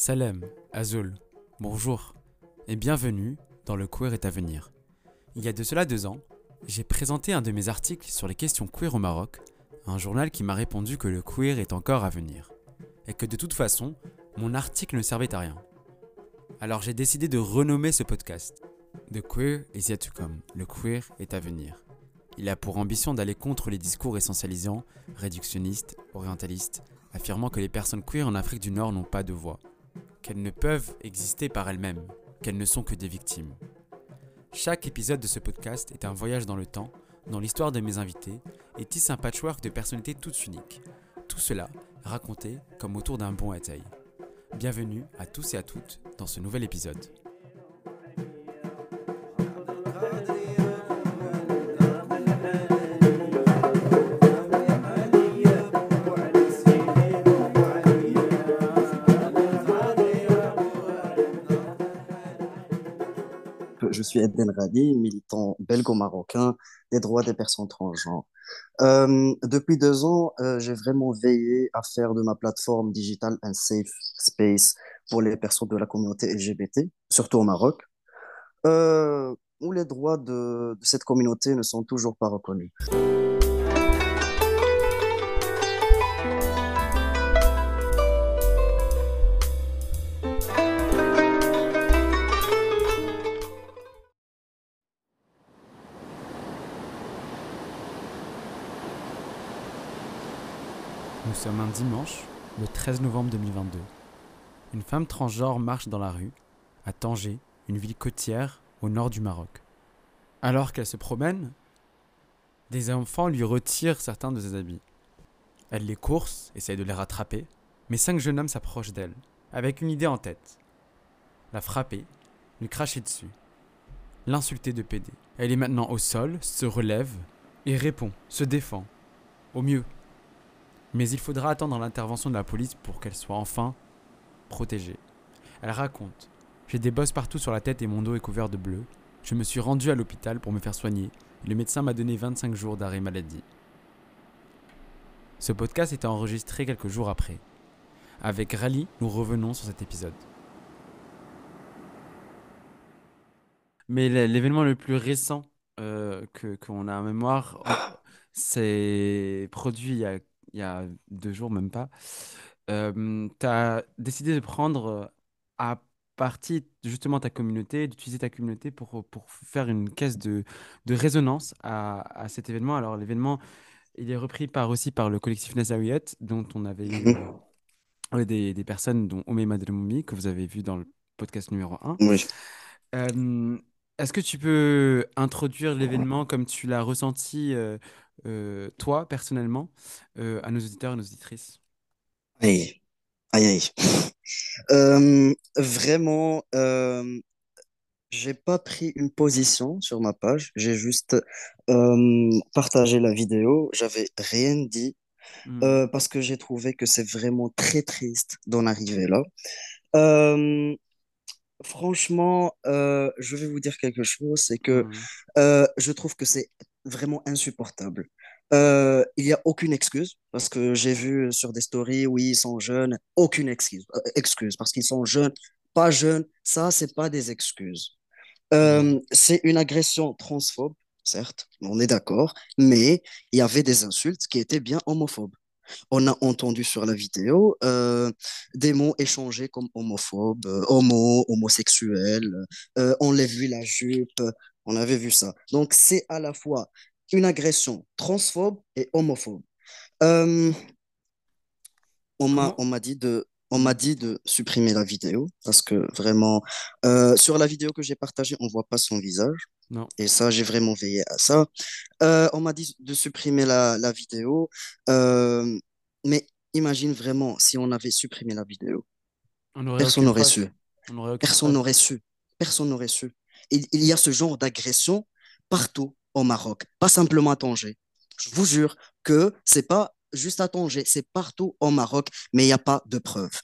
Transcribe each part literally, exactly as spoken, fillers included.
Salem, Azul, bonjour et bienvenue dans Le Queer est à venir. Il y a de cela deux ans, j'ai présenté un de mes articles sur les questions queer au Maroc à un journal qui m'a répondu que le queer est encore à venir et que de toute façon, mon article ne servait à rien. Alors j'ai décidé de renommer ce podcast. The Queer is yet to come, le queer est à venir. Il a pour ambition d'aller contre les discours essentialisants, réductionnistes, orientalistes, affirmant que les personnes queer en Afrique du Nord n'ont pas de voix, qu'elles ne peuvent exister par elles-mêmes, qu'elles ne sont que des victimes. Chaque épisode de ce podcast est un voyage dans le temps, dans l'histoire de mes invités, et tisse un patchwork de personnalités toutes uniques. Tout cela raconté comme autour d'un bon ataï. Bienvenue à tous et à toutes dans ce nouvel épisode. Je suis Eden Radi, militant belgo-marocain des droits des personnes transgenres. Euh, depuis deux ans, euh, j'ai vraiment veillé à faire de ma plateforme digitale un safe space pour les personnes de la communauté L G B T, surtout au Maroc, euh, où les droits de, de cette communauté ne sont toujours pas reconnus. Nous sommes un dimanche, le treize novembre deux mille vingt-deux. Une femme transgenre marche dans la rue, à Tanger, une ville côtière au nord du Maroc. Alors qu'elle se promène, des enfants lui retirent certains de ses habits. Elle les course, essaye de les rattraper, mais cinq jeunes hommes s'approchent d'elle, avec une idée en tête. La frapper, lui cracher dessus, l'insulter de pédé. Elle est maintenant au sol, se relève et répond, se défend, au mieux. Mais il faudra attendre l'intervention de la police pour qu'elle soit enfin protégée. Elle raconte « J'ai des bosses partout sur la tête et mon dos est couvert de bleu. Je me suis rendue à l'hôpital pour me faire soigner. Le médecin m'a donné vingt-cinq jours d'arrêt maladie. » Ce podcast était enregistré quelques jours après. Avec Rally, nous revenons sur cet épisode. Mais l'événement le plus récent euh, que, qu'on a en mémoire, c'est produit il y a, il y a deux jours, même pas. Euh, tu as décidé de prendre euh, à partie justement ta communauté, d'utiliser ta communauté pour, pour faire une caisse de, de résonance à, à cet événement. Alors l'événement, il est repris par, aussi par le collectif Nazawiyat, dont on avait eu Mhm. euh, des, des personnes, dont Oumé Madremoumi, que vous avez vu dans le podcast numéro un. Oui. Euh, Est-ce que tu peux introduire l'événement comme tu l'as ressenti, euh, euh, toi, personnellement, euh, à nos auditeurs et nos auditrices? Aïe, aïe, aïe. Euh, vraiment, euh, j'ai pas pris une position sur ma page, j'ai juste euh, partagé la vidéo, j'avais rien dit Hmm. euh, parce que j'ai trouvé que c'est vraiment très triste d'en arriver là. Euh, Franchement, euh, je vais vous dire quelque chose, c'est que Hmm. euh, je trouve que c'est vraiment insupportable. Euh, il n'y a aucune excuse, parce que j'ai vu sur des stories, oui, ils sont jeunes, aucune excuse, euh, excuse parce qu'ils sont jeunes, pas jeunes, ça, c'est pas des excuses. Hmm. Euh, c'est une agression transphobe, certes, on est d'accord, mais il y avait des insultes qui étaient bien homophobes. On a entendu sur la vidéo euh, des mots échangés comme homophobe, euh, homo, homosexuel, euh, on l'a vu la jupe, on avait vu ça. Donc c'est à la fois une agression transphobe et homophobe. Euh, on m'a Comment? on m'a dit de on m'a Hmm. dit de supprimer la vidéo parce que vraiment euh, sur la vidéo que j'ai partagée on voit pas son visage Non. et ça j'ai vraiment veillé à ça. Euh, on m'a dit de supprimer la, la vidéo. Euh, mais imagine vraiment si on avait supprimé la vidéo. On n'aurait Personne aucune n'aurait trace. su. On n'aurait aucune Personne trace. n'aurait su. Personne n'aurait su. Il, il y a ce genre d'agression partout au Maroc, pas simplement à Tanger. Je vous jure que c'est pas juste à Tanger, c'est partout au Maroc, mais il n'y a pas de preuves.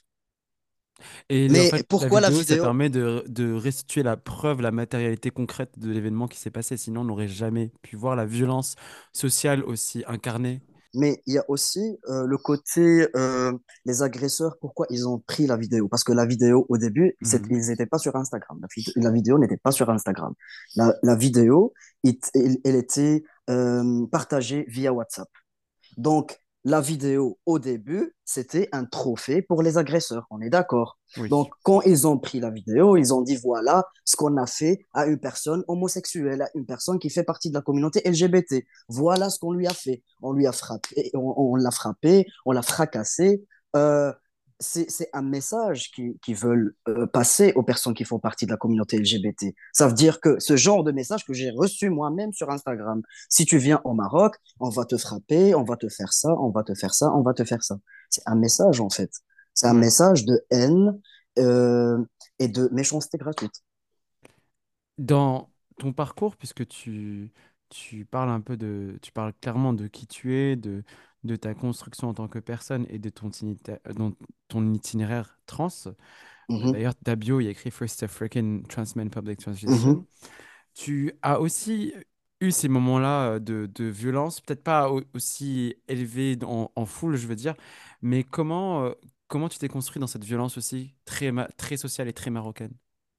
Et le- en Mais fait, la pourquoi la vidéo, ça vidéo? permet de, de restituer la preuve, la matérialité concrète de l'événement qui s'est passé. Sinon, on n'aurait jamais pu voir la violence sociale aussi incarnée. Mais il y a aussi euh, le côté, euh, les agresseurs, pourquoi ils ont pris la vidéo? Parce que la vidéo, au début, c'est- Mhm. ils n'étaient pas sur Instagram. La, vid- la vidéo n'était pas sur Instagram. La, la vidéo, il- elle, elle était euh, partagée via WhatsApp. Donc, la vidéo, au début, c'était un trophée pour les agresseurs, on est d'accord. Oui. Donc, quand ils ont pris la vidéo, ils ont dit, voilà ce qu'on a fait à une personne homosexuelle, à une personne qui fait partie de la communauté L G B T. Voilà ce qu'on lui a fait. On lui a frappé, on, on l'a frappé, on l'a fracassé. Euh, c'est, c'est un message qu'ils qui veulent euh, passer aux personnes qui font partie de la communauté L G B T. Ça veut dire que ce genre de message que j'ai reçu moi-même sur Instagram, si tu viens au Maroc, on va te frapper, on va te faire ça, on va te faire ça, on va te faire ça. C'est un message en fait. C'est un Ouais. message de haine euh, et de méchanceté gratuite. Dans ton parcours, puisque tu, tu parles un peu de, tu parles clairement de qui tu es, de, de ta construction en tant que personne et de ton, itinita- dans ton itinéraire trans. Mhm, D'ailleurs, ta bio, il y a écrit First African Trans Man Public Transition. mhm. Tu as aussi eu ces moments-là euh, de, de violence, peut-être pas au- aussi élevés en, en foule, je veux dire, mais comment, euh, comment tu t'es construit dans cette violence aussi très, ma- très sociale et très marocaine?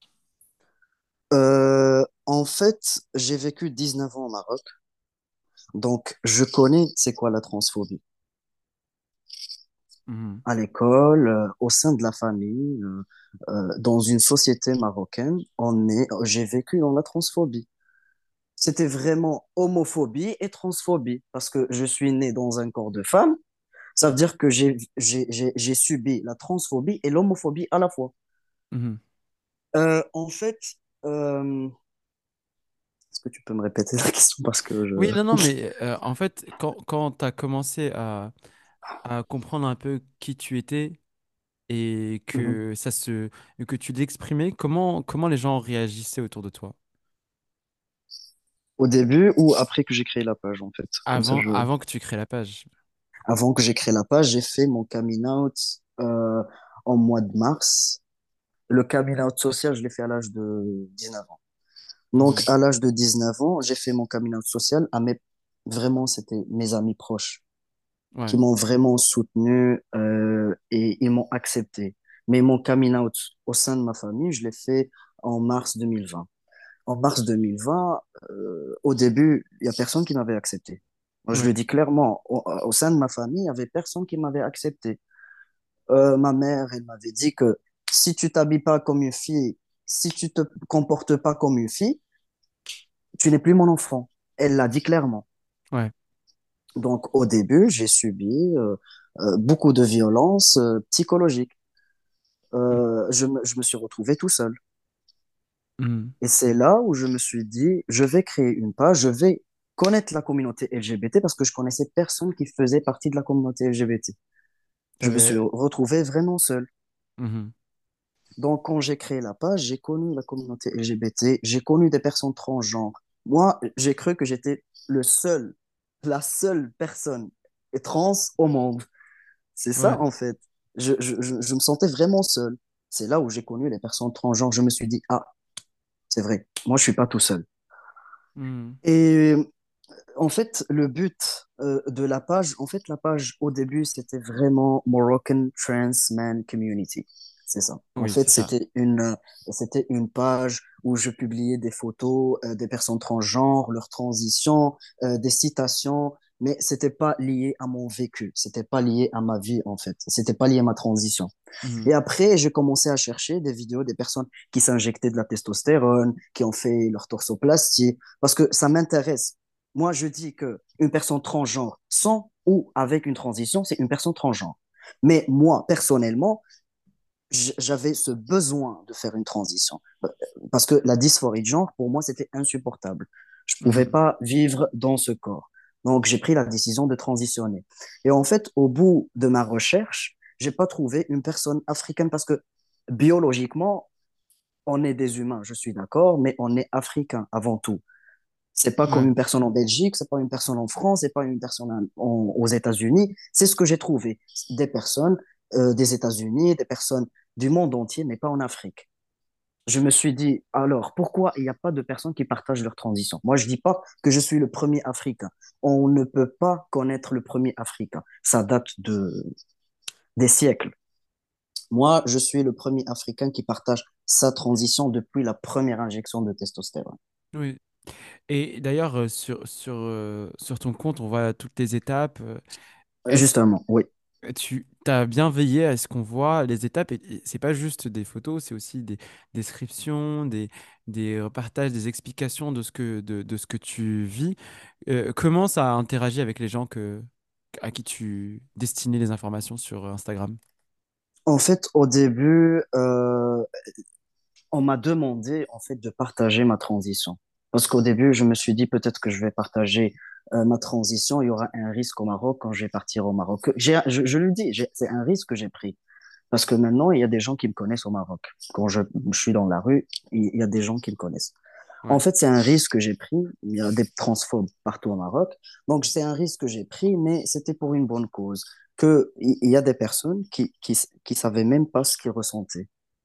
Euh, en fait, j'ai vécu dix-neuf ans au Maroc, donc je connais c'est quoi la transphobie. Mhm. À l'école, euh, au sein de la famille, euh, euh, dans une société marocaine, on est, j'ai vécu dans la transphobie. C'était vraiment homophobie et transphobie parce que je suis né dans un corps de femme. Ça veut dire que j'ai j'ai- j'ai- j'ai subi la transphobie et l'homophobie à la fois. Mhm. Euh, en fait, euh, est-ce que tu peux me répéter la question parce que je... Oui, non, non, mais euh, en fait, quand, quand tu as commencé à, à comprendre un peu qui tu étais et Mhm. que ça se, que tu l'exprimais, comment, comment les gens réagissaient autour de toi? Au début ou après que j'ai créé la page, en fait. Comme ça, Avant, je... avant que tu crées la page. Avant que j'ai créé la page, j'ai fait mon coming out euh, en mois de mars. Le coming out social, je l'ai fait à l'âge de dix-neuf ans. Donc, Mhm. à l'âge de dix-neuf ans, j'ai fait mon coming out social à mes... Vraiment, c'était mes amis proches qui Ouais, m'ont vraiment soutenu euh, et ils m'ont accepté. Mais mon coming out au sein de ma famille, je l'ai fait en mars deux mille vingt. En mars deux mille vingt, euh, au début, il n'y a personne qui m'avait accepté. Moi, je le ouais, dis clairement, au, au sein de ma famille, il n'y avait personne qui m'avait accepté. Euh, ma mère, elle m'avait dit que si tu t'habilles pas comme une fille, si tu te comportes pas comme une fille, tu n'es plus mon enfant. Elle l'a dit clairement. ouais. Donc, au début, j'ai subi euh, euh, beaucoup de violences euh, psychologiques. Euh, je me, je me suis retrouvé tout seul. Mhm. Et c'est là où je me suis dit, je vais créer une page, je vais connaître la communauté L G B T parce que je connaissais personne qui faisait partie de la communauté L G B T. Je me suis T'avais... retrouvé vraiment seul. Mhm. Donc, quand j'ai créé la page, j'ai connu la communauté L G B T, j'ai connu des personnes transgenres. Moi, j'ai cru que j'étais le seul, la seule personne trans au monde. C'est ça, Ouais. en fait. Je, je, je, je me sentais vraiment seul. C'est là où j'ai connu les personnes transgenres. Je me suis dit, ah, c'est vrai, moi, je suis pas tout seul. Mhm. Et en fait, le but euh, de la page, en fait, la page au début, c'était vraiment Moroccan Trans Man Community. C'est ça. En Oui, fait, c'est ça. c'était une, euh, c'était une page où je publiais des photos euh, des personnes transgenres, leurs transitions, euh, des citations, mais c'était pas lié à mon vécu. C'était pas lié à ma vie, en fait. C'était pas lié à ma transition. Mhm. Et après, j'ai commencé à chercher des vidéos des personnes qui s'injectaient de la testostérone, qui ont fait leur torsoplastie, parce que ça m'intéresse. Moi, je dis que une personne transgenre sans ou avec une transition, c'est une personne transgenre. Mais moi, personnellement, j- j'avais ce besoin de faire une transition. Parce que la dysphorie de genre, pour moi, c'était insupportable. Je ne pouvais Mhm. pas vivre dans ce corps. Donc, j'ai pris la décision de transitionner. Et en fait, au bout de ma recherche, j'ai pas trouvé une personne africaine parce que biologiquement, on est des humains, je suis d'accord, mais on est africain avant tout. C'est pas comme Ouais. une personne en Belgique, c'est pas une personne en France, c'est pas une personne en- en- aux États-Unis. C'est ce que j'ai trouvé. Des personnes euh, des États-Unis, des personnes du monde entier, mais pas en Afrique. je me suis dit, alors, pourquoi il n'y a pas de personnes qui partagent leur transition? Moi, je dis pas que je suis le premier Africain. On ne peut pas connaître le premier Africain. Ça date de, des siècles. Moi, je suis le premier Africain qui partage sa transition depuis la première injection de testostérone. Oui. Et d'ailleurs, euh, sur, sur, euh, sur ton compte, on voit toutes les étapes. euh, Est-ce Justement, oui. que tu as bien veillé à ce qu'on voit les étapes? Et, et c'est pas juste des photos, c'est aussi des descriptions, des, des repartages, des explications de ce que, de, de ce que tu vis. Euh, comment ça interagit avec les gens que, à qui tu destinais les informations sur Instagram? En fait, au début, euh, on m'a demandé en fait de partager ma transition. Parce qu'au début, je me suis dit peut-être que je vais partager euh, ma transition. Il y aura un risque au Maroc quand je vais partir au Maroc. J'ai, je, je le dis, j'ai- c'est un risque que j'ai pris. Parce que maintenant, il y a des gens qui me connaissent au Maroc. Quand je, je suis dans la rue, il il y a des gens qui me connaissent. En Ouais. fait, c'est un risque que j'ai pris. Il y a des transphobes partout au Maroc. Donc, c'est un risque que j'ai pris, mais c'était pour une bonne cause. Que il il y a des personnes qui, qui, qui savaient même pas ce qu'ils ressentaient.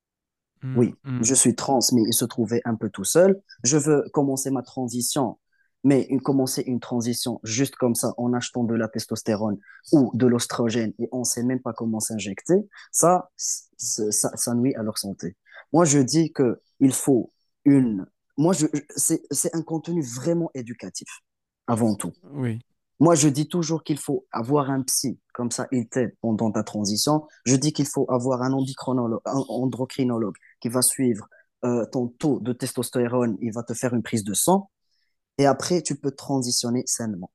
Mm, Oui, mm. je suis trans, mais il se trouvait un peu tout seul. Je veux commencer ma transition, mais une- commencer une transition juste comme ça, en achetant de la testostérone ou de l'ostrogène, et on ne sait même pas comment s'injecter, ça, c- ça, ça nuit à leur santé. Moi, je dis que il faut une... Moi, je, je- c'est, c'est un contenu vraiment éducatif, avant tout. Oui, Moi, je dis toujours qu'il faut avoir un psy, comme ça il t'aide pendant ta transition. Je dis qu'il faut avoir un endocrinologue, un endocrinologue qui va suivre euh, ton taux de testostérone, il va te faire une prise de sang, et après, tu peux transitionner sainement.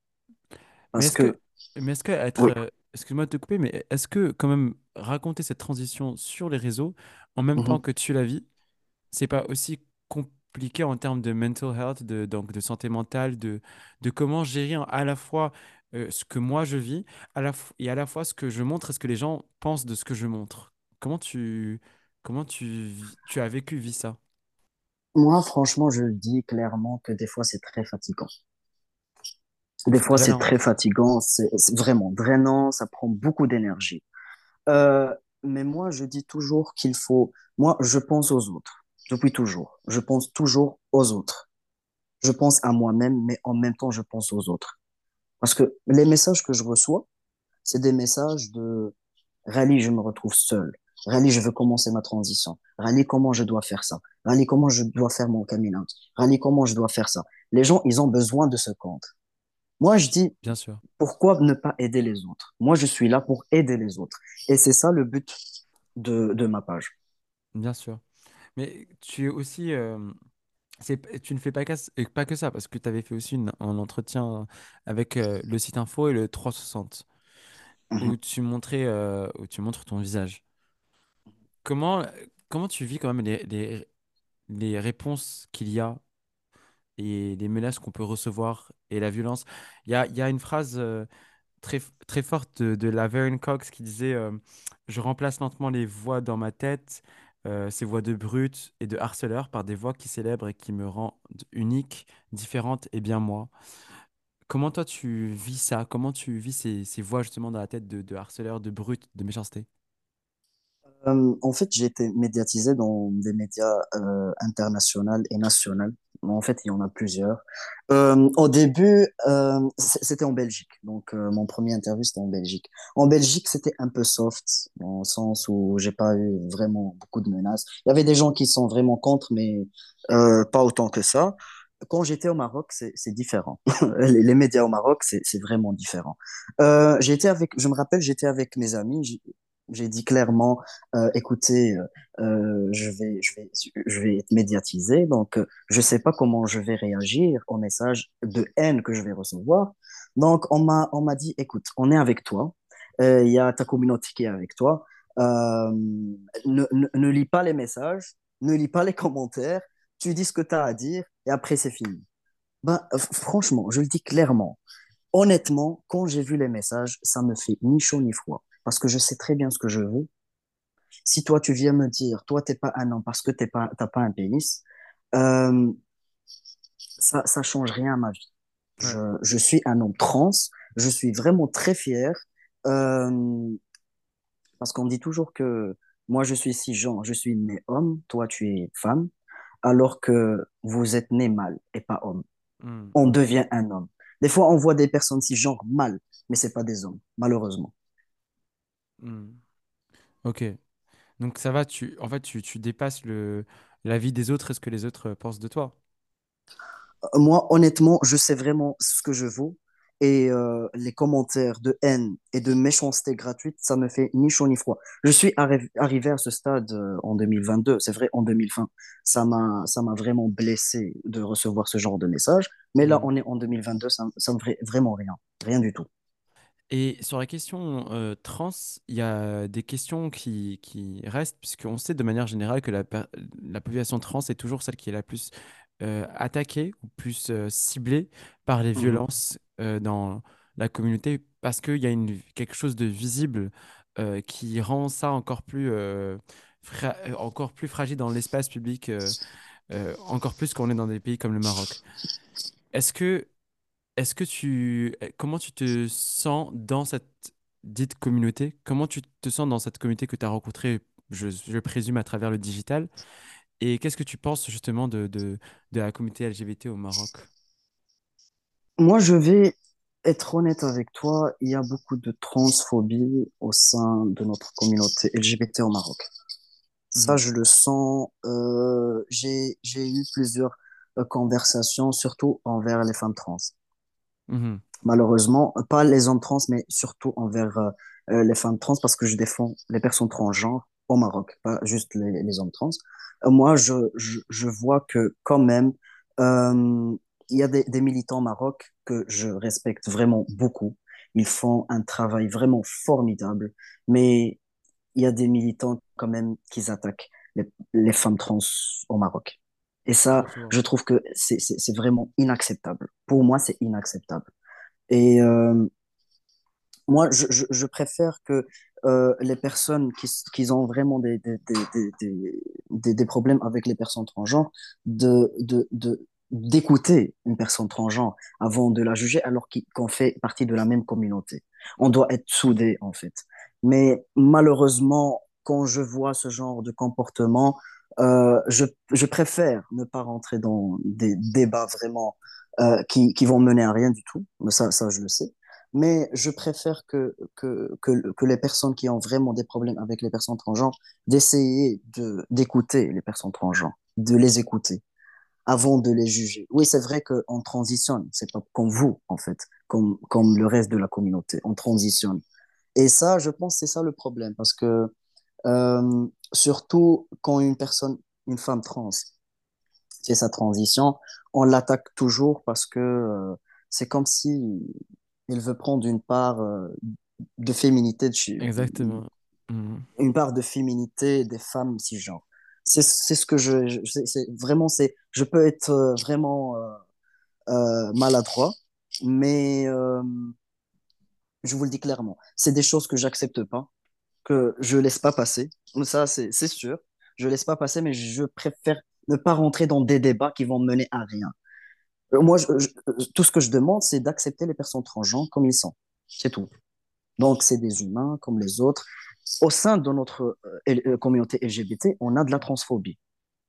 mais Parce est-ce que, que, mais est-ce que être, oui, euh, excuse-moi de te couper, mais est-ce que quand même raconter cette transition sur les réseaux en même temps mhm. que tu la vis, c'est pas aussi compliqué en termes de mental health, de, donc de santé mentale, de, de comment gérer à la fois euh, ce que moi je vis, à la fo- et à la fois ce que je montre et ce que les gens pensent de ce que je montre. Comment tu, comment tu, vis- tu as vécu, vis ça? Moi, franchement, je le dis clairement que des fois, c'est très fatigant. Des C'est fois, c'est drainant. très fatigant, c'est c'est vraiment drainant, ça prend beaucoup d'énergie. Euh, mais moi, je dis toujours qu'il faut, moi, je pense aux autres, depuis toujours. Je pense toujours aux autres. Je pense à moi-même, mais en même temps, je pense aux autres. Parce que les messages que je reçois, c'est des messages de Rally, je me retrouve seul. Rally, je veux commencer ma transition. Rally, comment je dois faire ça? Rally, comment je dois faire mon coming out? Rally, comment je dois faire ça? Les gens, ils ont besoin de ce compte. Moi, je dis, Bien sûr, pourquoi ne pas aider les autres? Moi, je suis là pour aider les autres. Et c'est ça le but de, de ma page. bien sûr. Mais tu es aussi, euh, c'est, tu ne fais pas, qu'à- et pas que ça, parce que tu avais fait aussi une- un entretien avec euh, le site info et le trois cent soixante, Mhm. où tu montrais, euh, où tu montres ton visage. Comment, comment tu vis quand même les, les, les réponses qu'il y a et les menaces qu'on peut recevoir et la violence? Il y a, il y a une phrase euh, très, très forte de, de Laverne Cox qui disait euh, je remplace lentement les voix dans ma tête, euh, ces voix de brutes et de harceleurs, par des voix qui célèbrent et qui me rendent unique, différente et bien moi. Comment toi tu vis ça? Comment tu vis ces, ces voix justement dans la tête de, de harceleurs, de brutes, de méchanceté? Euh, en fait, j'ai été médiatisé dans des médias euh, internationaux et nationaux. En fait, il y en a plusieurs. Euh, au début, euh, c- c'était en Belgique. Donc, euh, mon premier interview, c'était en Belgique. En Belgique, c'était un peu soft, dans le sens où j'ai pas eu vraiment beaucoup de menaces. Il y avait des gens qui sont vraiment contre, mais euh, pas autant que ça. Quand j'étais au Maroc, c'est c'est différent. Les, les médias au Maroc, c'est c'est vraiment différent. Euh, j'ai été avec, je me rappelle, j'étais avec mes amis. J'ai j'ai dit clairement euh, écoutez, euh, euh, je vais, je vais, je vais être médiatisé, donc euh, je sais pas comment je vais réagir aux messages de haine que je vais recevoir. Donc on m'a, on m'a dit, écoute, on est avec toi, Euh, il y a ta communauté qui est avec toi. Euh, ne, ne, ne lis pas les messages, ne lis pas les commentaires, tu dis ce que tu as à dire et après c'est fini. Ben, euh, franchement, je le dis clairement. Honnêtement, quand j'ai vu les messages, ça me fait ni chaud ni froid parce que je sais très bien ce que je veux. Si toi, tu viens me dire, toi, t'es pas un homme parce que t'es pas, t'as pas un pénis, euh, ça, ça change rien à ma vie. Ouais. Je, je suis un homme trans, je suis vraiment très fier, euh, parce qu'on dit toujours que Moi, je suis cisgenre, je suis né homme, toi, tu es femme, alors que vous êtes né mâle et pas homme. Hmm, On ok. devient un homme. Des fois, on voit des personnes cisgenres mâles, mais c'est pas des hommes, malheureusement. Hmm, ok. Donc ça va, tu, en fait, tu, tu dépasses le, la vie des autres et ce que les autres euh, pensent de toi. Moi, honnêtement, je sais vraiment ce que je vaux. Et euh, les commentaires de haine et de méchanceté gratuite, ça me fait ni chaud ni froid. Je suis arri- arrivé à ce stade euh, en deux mille vingt-deux, c'est vrai, en deux mille vingt. Ça m'a, ça m'a vraiment blessé de recevoir ce genre de message. Mais là, Hmm. on est en deux mille vingt-deux, ça, ça me fait vraiment rien. Rien du tout. Et sur la question euh, trans, il y a des questions qui, qui restent, puisqu'on sait de manière générale que la, per- la population trans est toujours celle qui est la plus euh, attaquée ou plus euh, ciblée par les Mhm. violences euh, dans la communauté, parce qu'il y a une, quelque chose de visible euh, qui rend ça encore plus, euh, fra- euh, encore plus fragile dans l'espace public, euh, euh, encore plus quand on est dans des pays comme le Maroc. Est-ce que est-ce que tu, eh, comment tu te sens dans cette dite communauté? Comment tu te sens dans cette communauté que tu as rencontrée, je, je présume, à travers le digital? Et qu'est-ce que tu penses justement de, de, de la communauté L G B T au Maroc? Moi, je vais être honnête avec toi. Il y a beaucoup de transphobie au sein de notre communauté L G B T au Maroc. Ça, Mhm, je le sens. Euh, j'ai, j'ai eu plusieurs euh, conversations, surtout envers les femmes trans. mhm, Malheureusement, pas les hommes trans, mais surtout envers euh, euh, les femmes trans, parce que je défends les personnes transgenres au Maroc, pas juste les, les hommes trans. Euh, moi, je, je, je vois que quand même, euh, il y a des, des militants au Maroc que je respecte vraiment beaucoup. Ils font un travail vraiment formidable, mais il y a des militants quand même qui attaquent les, les femmes trans au Maroc. Et ça, effectivement. je trouve que c'est c'est- c'est vraiment inacceptable. Pour moi, c'est inacceptable. Et euh, moi, je, je, je préfère que euh, les personnes qui, s- qui ont vraiment des, des, des, des, des, des- des problèmes avec les personnes transgenres, de, de, de, d'écouter une personne transgenre avant de la juger, alors qu'il- qu'on fait partie de la même communauté. On doit être soudés, en fait. Mais malheureusement, quand je vois ce genre de comportement, euh, je, je préfère ne pas rentrer dans des débats vraiment euh, qui, qui vont mener à rien du tout. Mais ça, ça, je le sais. Mais je préfère que, que, que, que les personnes qui ont vraiment des problèmes avec les personnes transgenres, d'essayer de, d'écouter les personnes transgenres, de les écouter avant de les juger. Oui, c'est vrai qu'on transitionne, c'est pas comme vous, en fait, comme, comme le reste de la communauté, on transitionne. Et ça, je pense, c'est ça le problème, parce que euh, surtout quand une personne, une femme trans, fait sa transition, on l'attaque toujours parce que euh, c'est comme si il veut prendre une part euh, de féminité, de chez- Exactement. Mhm. une part de féminité des femmes cisgenres. C'est c'est ce que je, je c'est c'est- vraiment c'est je peux être euh, vraiment euh, euh, maladroit, mais euh, je vous le dis clairement, c'est des choses que j'accepte pas, que je laisse pas passer. Ça c'est c'est sûr, je laisse pas passer, mais je préfère ne pas rentrer dans des débats qui vont mener à rien. Euh, Moi, je- je- tout ce que je demande, c'est d'accepter les personnes transgenres comme ils sont. C'est tout. Donc, c'est des humains comme les autres. Au sein de notre euh, L- euh, communauté L G B T, on a de la transphobie.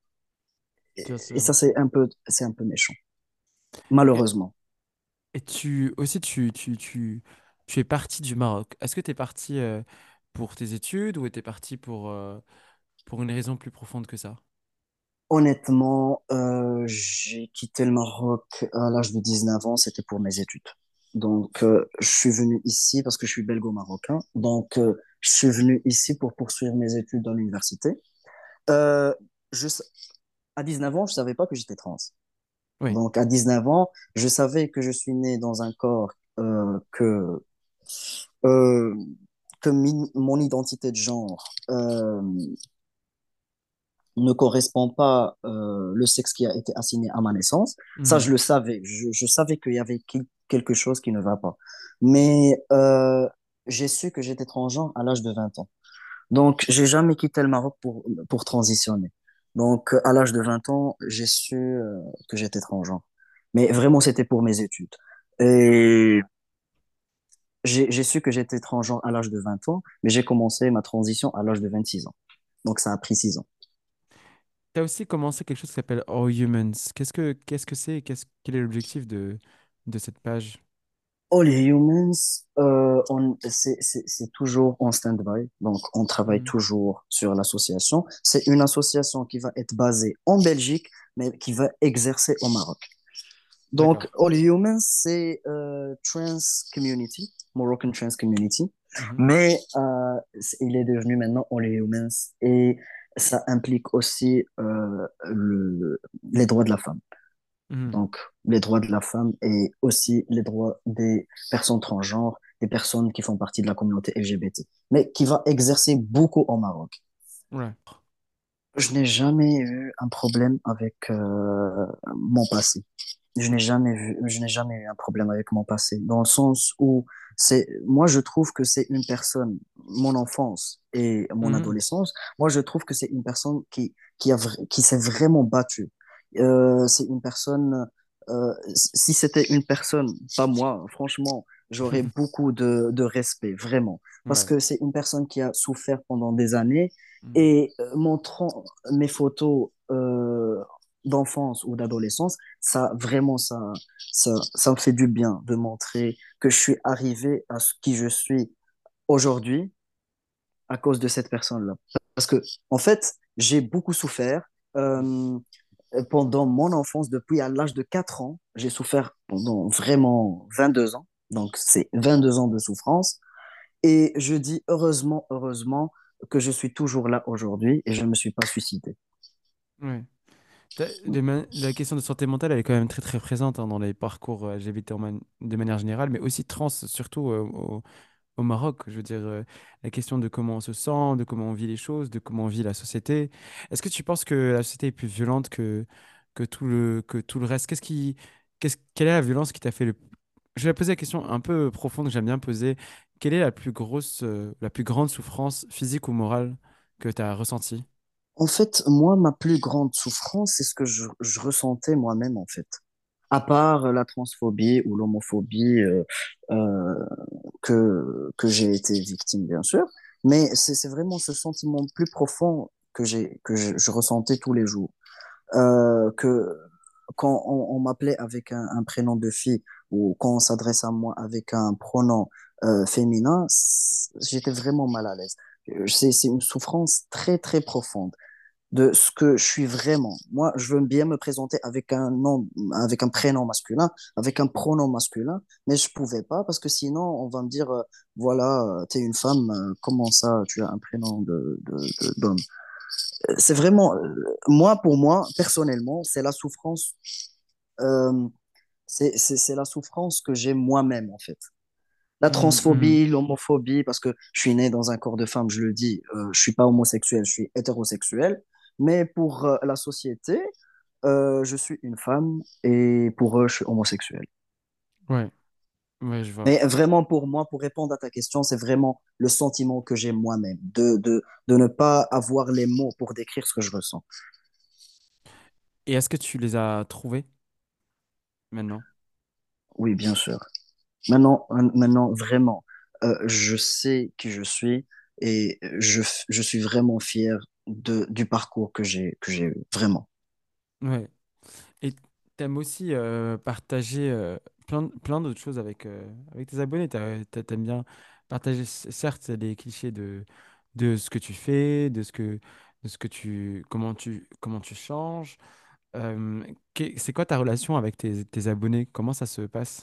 Et, Bien et sûr. ça, c'est un peu, c'est un peu méchant, Et, malheureusement. et tu aussi, tu, tu, tu, tu es parti du Maroc. Est-ce que tu es parti euh, pour tes études ou tu es parti pour, euh, pour une raison plus profonde que ça? Honnêtement, euh, j'ai quitté le Maroc à l'âge de dix-neuf ans, c'était pour mes études. Donc, euh, je suis venu ici parce que je suis belgo-marocain. Donc, euh, je suis venu ici pour poursuivre mes études dans l'université. Euh, je, à dix-neuf ans, je savais pas que j'étais trans. Oui. Donc, à dix-neuf ans, je savais que je suis né dans un corps euh, que, euh, que mi- mon identité de genre euh, ne correspond pas euh, le sexe qui a été assigné à ma naissance. Ça, je Mhm. le savais. Je, je savais qu'il y avait qui- quelque chose qui ne va pas. Mais euh, j'ai su que j'étais transgenre à l'âge de vingt ans. Donc, j'ai jamais quitté le Maroc pour, pour transitionner. Donc, à l'âge de vingt ans, j'ai su euh, que j'étais transgenre. Mais vraiment, c'était pour mes études. Et j'ai j'ai su que j'étais transgenre à l'âge de vingt ans, mais j'ai commencé ma transition à l'âge de vingt-six ans. Donc, ça a pris six ans. Tu as aussi commencé quelque chose qui s'appelle All Humans. Qu'est-ce que qu'est-ce que c'est? Qu'est-ce, quel est l'objectif de, de cette page? All Humans, euh, on- c'est c'est- c'est toujours en stand-by. Donc, on travaille Mhm. toujours sur l'association. C'est une association qui va être basée en Belgique, mais qui va exercer au Maroc. Donc, D'accord. All Humans, c'est euh, Trans Community, Moroccan Trans Community, Mhm. mais euh, c'est- il est devenu maintenant All Humans et ça implique aussi euh, le- les droits de la femme. Mhm. Donc, les droits de la femme et aussi les droits des personnes transgenres, des personnes qui font partie de la communauté L G B T, mais qui va exercer beaucoup au Maroc. Ouais. Je n'ai jamais eu un problème avec euh, mon passé. Je n'ai jamais vu, je n'ai jamais eu un problème avec mon passé, dans le sens où c'est, moi, je trouve que c'est une personne, mon enfance et mon Mhm. adolescence, moi, je trouve que c'est une personne qui, qui a, vra- qui s'est vraiment battue. Euh, c'est une personne, euh, si c'était une personne, pas moi, franchement, j'aurais beaucoup de, de respect, vraiment. Parce Ouais. que c'est une personne qui a souffert pendant des années Mhm. et euh, montrant mes photos, euh, d'enfance ou d'adolescence, ça vraiment ça, ça ça me fait du bien de montrer que je suis arrivé à ce qui je suis aujourd'hui à cause de cette personne-là. Parce que en fait, j'ai beaucoup souffert euh, pendant mon enfance, depuis à l'âge de quatre ans, j'ai souffert pendant vraiment vingt-deux ans. Donc c'est vingt-deux ans de souffrance et je dis heureusement heureusement que je suis toujours là aujourd'hui et je ne me suis pas suicidé. Ouais. T'as- de ma- La question de santé mentale, elle est quand même très très présente, hein, dans les parcours euh, L G B T en man- de manière générale, mais aussi trans, surtout euh, au, au Maroc. Je veux dire, euh, la question de comment on se sent, de comment on vit les choses, de comment on vit la société. Est-ce que tu penses que la société est plus violente que, que tout le, que tout le reste? Qu'est-ce qui, qu'est-ce, quelle est la violence qui t'a fait le... Je vais poser la question un peu profonde que j'aime bien poser. Quelle est la plus grosse, euh, la plus grande souffrance physique ou morale que tu as ressentie? En fait, moi, ma plus grande souffrance, c'est ce que je, je ressentais moi-même, en fait. À part la transphobie ou l'homophobie euh, euh, que, que j'ai été victime, bien sûr, mais c'est c'est vraiment ce sentiment plus profond que j'ai, que je, je ressentais tous les jours. Euh, que quand on, on m'appelait avec un, un prénom de fille ou quand on s'adresse à moi avec un pronom euh, féminin, c- j'étais vraiment mal à l'aise. C'est c'est une souffrance très, très profonde de ce que je suis vraiment. Moi, je veux bien me présenter avec un nom, avec un prénom masculin, avec un pronom masculin, mais je pouvais pas parce que sinon, on va me dire, euh, voilà, tu es une femme, euh, comment ça, tu as un prénom de, de, de- d'homme. Euh, C'est vraiment, euh, moi, pour moi, personnellement, c'est la souffrance, euh, c'est, c'est, c'est la souffrance que j'ai moi-même, en fait. La Mhm, mhm. transphobie, l'homophobie, parce que je suis né dans un corps de femme, je le dis, euh, je suis pas homosexuel, je suis hétérosexuel. Mais pour euh, la société, euh, je suis une femme et pour eux, je suis homosexuel. Ouais, ouais, je vois. Mais vraiment, pour moi, pour répondre à ta question, c'est vraiment le sentiment que j'ai moi-même, de, de, de ne pas avoir les mots pour décrire ce que je ressens. Et est-ce que tu les as trouvés maintenant? Oui, bien sûr. Maintenant, maintenant vraiment, euh, je sais qui je suis et je, je suis vraiment fier de, du parcours que j'ai, que j'ai eu, vraiment. Ouais. Et t'aimes aussi euh, partager euh, plein, de- plein d'autres choses avec, euh, avec tes abonnés. T'as- t'a- T'aimes bien partager, c- certes, les clichés de, de ce que tu fais, de ce que, de ce que tu, comment tu, comment tu changes. Euh, qu'est- c'est quoi ta relation avec tes, tes abonnés? Comment ça se passe?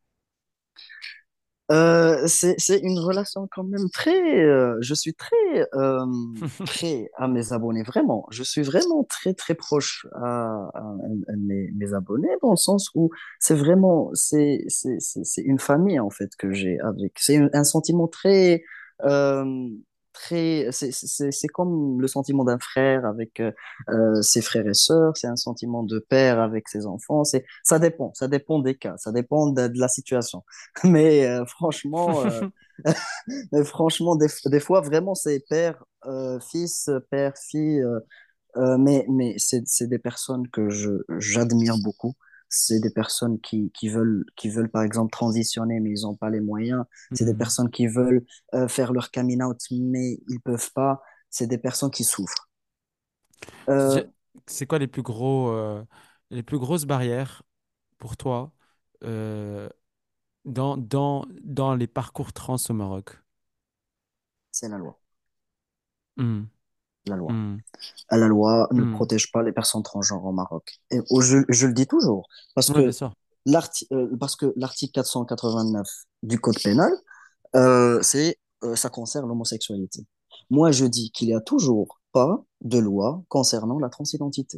Euh, c'est, c'est une relation quand même très, euh, je suis très euh, prêt à mes abonnés, vraiment. Je suis vraiment très, très proche à, à- à mes, mes abonnés dans le sens où c'est vraiment, c'est, c'est, c'est c'est une famille en fait que j'ai avec. C'est un, un sentiment très, euh, très, c'est c'est- c'est comme le sentiment d'un frère avec euh, euh, ses frères et sœurs, c'est un sentiment de père avec ses enfants. C'est, ça dépend, ça dépend des cas, ça dépend de de la situation. Mais euh, franchement, euh, mais franchement, des, des fois, vraiment, c'est père, euh, fils, père, fille. Euh, euh, mais mais c'est, c'est des personnes que je, j'admire beaucoup. C'est des personnes qui, qui veulent, qui veulent, par exemple, transitionner, mais ils n'ont pas les moyens. C'est des Hmm. personnes qui veulent euh, faire leur coming out, mais ils peuvent pas. c'est des personnes qui souffrent. Tu Euh, dirais- C'est quoi les plus gros, euh, les plus grosses barrières pour toi euh, dans, dans, dans les parcours trans au Maroc? c'est la loi. Hmm, La loi. hmm, La loi ne hmm. protège pas les personnes transgenres au Maroc. Et oh, je, je le dis toujours, parce Ouais, bien que sûr. l'arti- euh, parce que l'article quatre cent quatre-vingt-neuf du Code pénal, euh, c'est, euh, ça concerne l'homosexualité. Moi, je dis qu'il n'y a toujours pas de loi concernant la transidentité.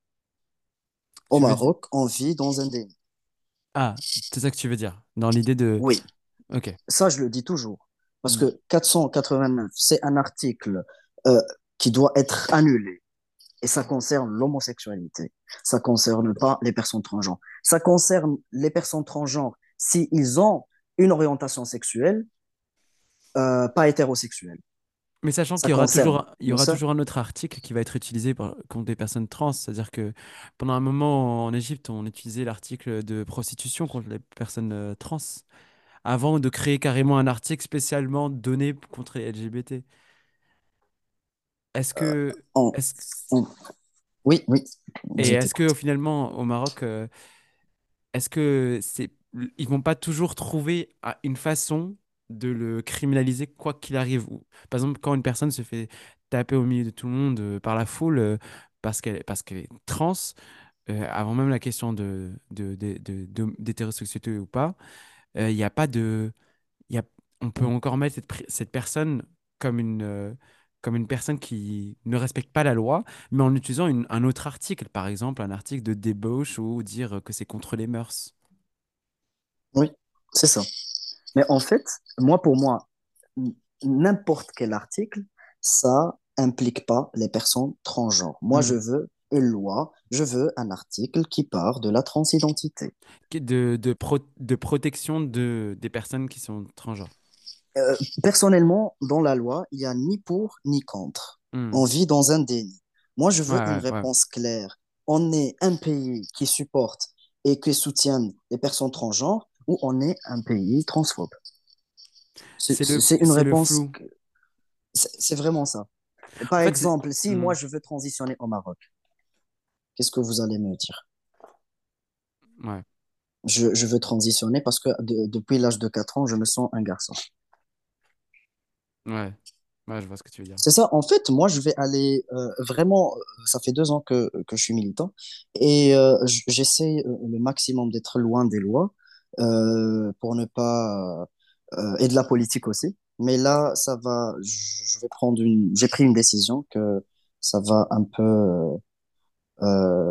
Au Tu veux dire... Maroc, on vit dans un déni. Ah, c'est ça que tu veux dire. Dans l'idée de... Oui, Ok. ça, je le dis toujours. Parce Hmm. que quatre cent quatre-vingt-neuf, c'est un article euh, qui doit être annulé. Et ça concerne l'homosexualité. Ça concerne pas les personnes transgenres. Ça concerne les personnes transgenres s'ils ont une orientation sexuelle, euh, pas hétérosexuelle. Mais sachant Ça qu'il y aura concerne toujours, un- il y le aura seul. toujours un autre article qui va être utilisé par- contre des personnes trans. C'est-à-dire que pendant un moment en Égypte, on utilisait l'article de prostitution contre les personnes euh, trans, avant de créer carrément un article spécialement donné contre les L G B T. Est-ce que, En, est-ce, en- oui, oui, et je est-ce que t'écoute. finalement au Maroc, euh, est-ce que c'est, ils vont pas toujours trouver ah, une façon de le criminaliser quoi qu'il arrive? Ou, par exemple, quand une personne se fait taper au milieu de tout le monde euh, par la foule euh, parce qu'elle parce qu'elle est trans, euh, avant même la question de, de, de, de- de- d'hétérosexualité ou pas, euh, il n'y a pas de, il y a, on peut encore mettre cette, pri- cette personne comme une, euh, comme une personne qui ne respecte pas la loi, mais en utilisant une- un autre article, par exemple un article de débauche ou dire que c'est contre les mœurs. Oui, c'est ça. Mais en fait, moi, pour moi, n- n'importe quel article, ça implique pas les personnes transgenres. Moi, je Hmm. veux une loi, je veux un article qui part de la transidentité. Qui- De, de, pro- de protection de, des personnes qui sont transgenres. Euh, Personnellement, dans la loi, il n'y a ni pour ni contre. Hmm. On vit dans un déni. Moi, je Ouais, veux une ouais, ouais. réponse claire. On est un pays qui supporte et qui soutient les personnes transgenres ou on est un pays transphobe. C'est C'est le, c'est une c'est le réponse, flou. que- c'est c'est vraiment ça. Par En fait, c'est... exemple, si Hmm. moi je veux transitionner au Maroc, qu'est-ce que vous allez me dire? Ouais, Je, je veux transitionner parce que de- depuis l'âge de quatre ans, je me sens un garçon. ouais. Ouais, je vois ce que tu veux dire. C'est ça. En fait, moi, je vais aller euh, vraiment. euh, Ça fait deux ans que, que je suis militant et euh, j- j'essaie euh, le maximum d'être loin des lois euh, pour ne pas euh, et de la politique aussi. Mais là, ça va. Je je vais prendre une. J'ai pris une décision que ça va un peu. euh,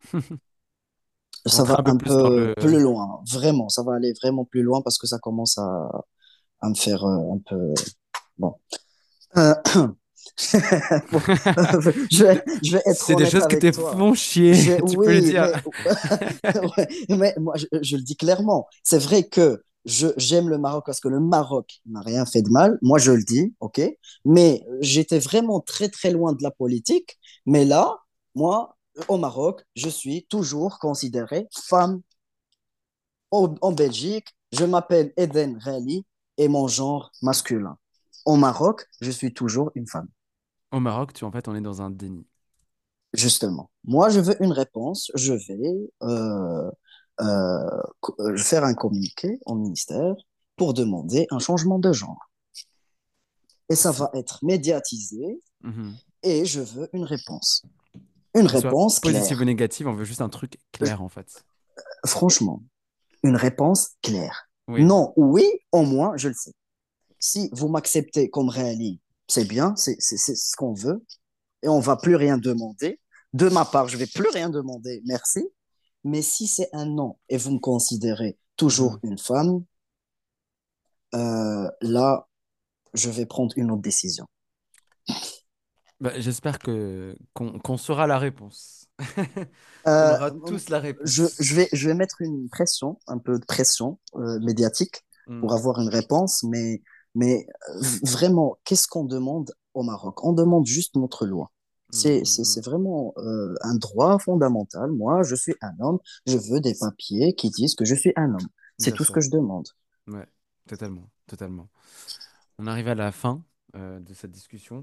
ça Rentrer va un peu un plus dans peu le... plus loin. Vraiment, ça va aller vraiment plus loin parce que ça commence à, à me faire euh, un peu. Bon. Euh, Bon, je vais, je vais être C'est des honnête choses qui te avec toi. font chier, Je, tu peux le oui, dire. mais, ouais, mais moi, je, je le dis clairement. C'est vrai que je, j'aime le Maroc parce que le Maroc n'a rien fait de mal. Moi, je le dis, OK? Mais j'étais vraiment très, très loin de la politique. Mais là, moi, au Maroc, je suis toujours considérée femme. Au- en Belgique, je m'appelle Eden Rally et mon genre masculin. Au Maroc, je suis toujours une femme. Au Maroc, tu, en fait, on est dans un déni. Justement, moi, je veux une réponse. Je vais euh, euh, co- euh, faire un communiqué au ministère pour demander un changement de genre. Et ça C'est- va être médiatisé Mhm. et je veux une réponse. Une Qu'elle soit réponse positive ou claire. négative, on veut juste un truc Je- clair, en fait. Franchement, une réponse claire. Oui, Non, oui, au moins, je le sais. Si vous m'acceptez comme réalité, c'est bien, c'est c'est- c'est ce qu'on veut et on va plus rien demander. De ma part, je vais plus rien demander, merci. Mais si c'est un non et vous me considérez toujours mhm. une femme, euh, là, je vais prendre une autre décision. Bah, j'espère que qu'on qu'on saura la réponse. On Euh, aura tous la je, réponse. je vais, je vais mettre une pression, un peu de pression euh, médiatique pour Mm. avoir une réponse, mais, mais euh, vraiment, qu'est-ce qu'on demande au Maroc? On demande juste notre loi. Mm, C'est, mm, c'est, c'est mm. vraiment euh, un droit fondamental. Moi, je suis un homme, je veux des papiers qui disent que je suis un homme. C'est Bien tout ce sûr. que je demande. Ouais, totalement, totalement. On arrive à la fin euh, de cette discussion.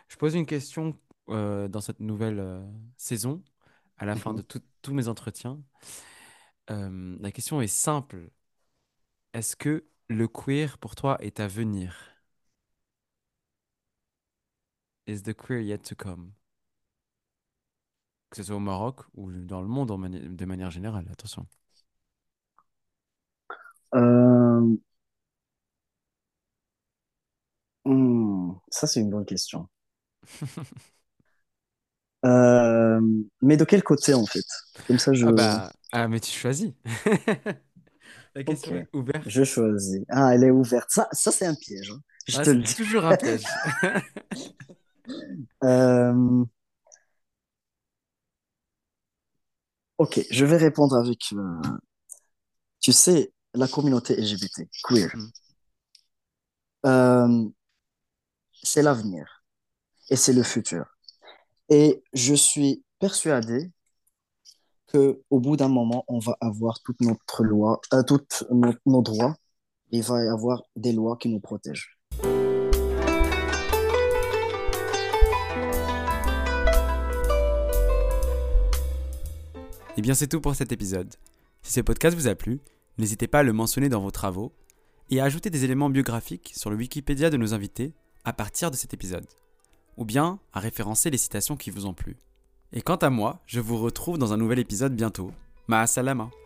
Je pose une question euh, dans cette nouvelle euh, saison, à la fin de Mhm. tout- tous mes entretiens. Euh, la question est simple. Est-ce que le queer pour toi est à venir? Is the queer yet to come? Que ce soit au Maroc ou dans le monde en mani- de manière générale, attention. Euh, hmm, ça, c'est une bonne question. Euh, mais de quel côté, en fait? Comme ça, je... Ah bah, ah mais tu choisis. La Ok, question est ouverte. je choisis. Ah, elle est ouverte. Ça, ça c'est un piège, hein, je Ah, te le c'est dis. toujours un piège. Euh, ok, je vais répondre avec, euh, tu sais, la communauté L G B T, queer. Hmm. Euh, c'est l'avenir et c'est le futur. Et je suis persuadé que au bout d'un moment, on va avoir toute notre loi, euh, toutes nos, nos droits. Il va y avoir des lois qui nous protègent. Eh bien, c'est tout pour cet épisode. Si ce podcast vous a plu, n'hésitez pas à le mentionner dans vos travaux et à ajouter des éléments biographiques sur le Wikipédia de nos invités à partir de cet épisode, ou bien à référencer les citations qui vous ont plu. Et quant à moi, je vous retrouve dans un nouvel épisode bientôt. Ma salama.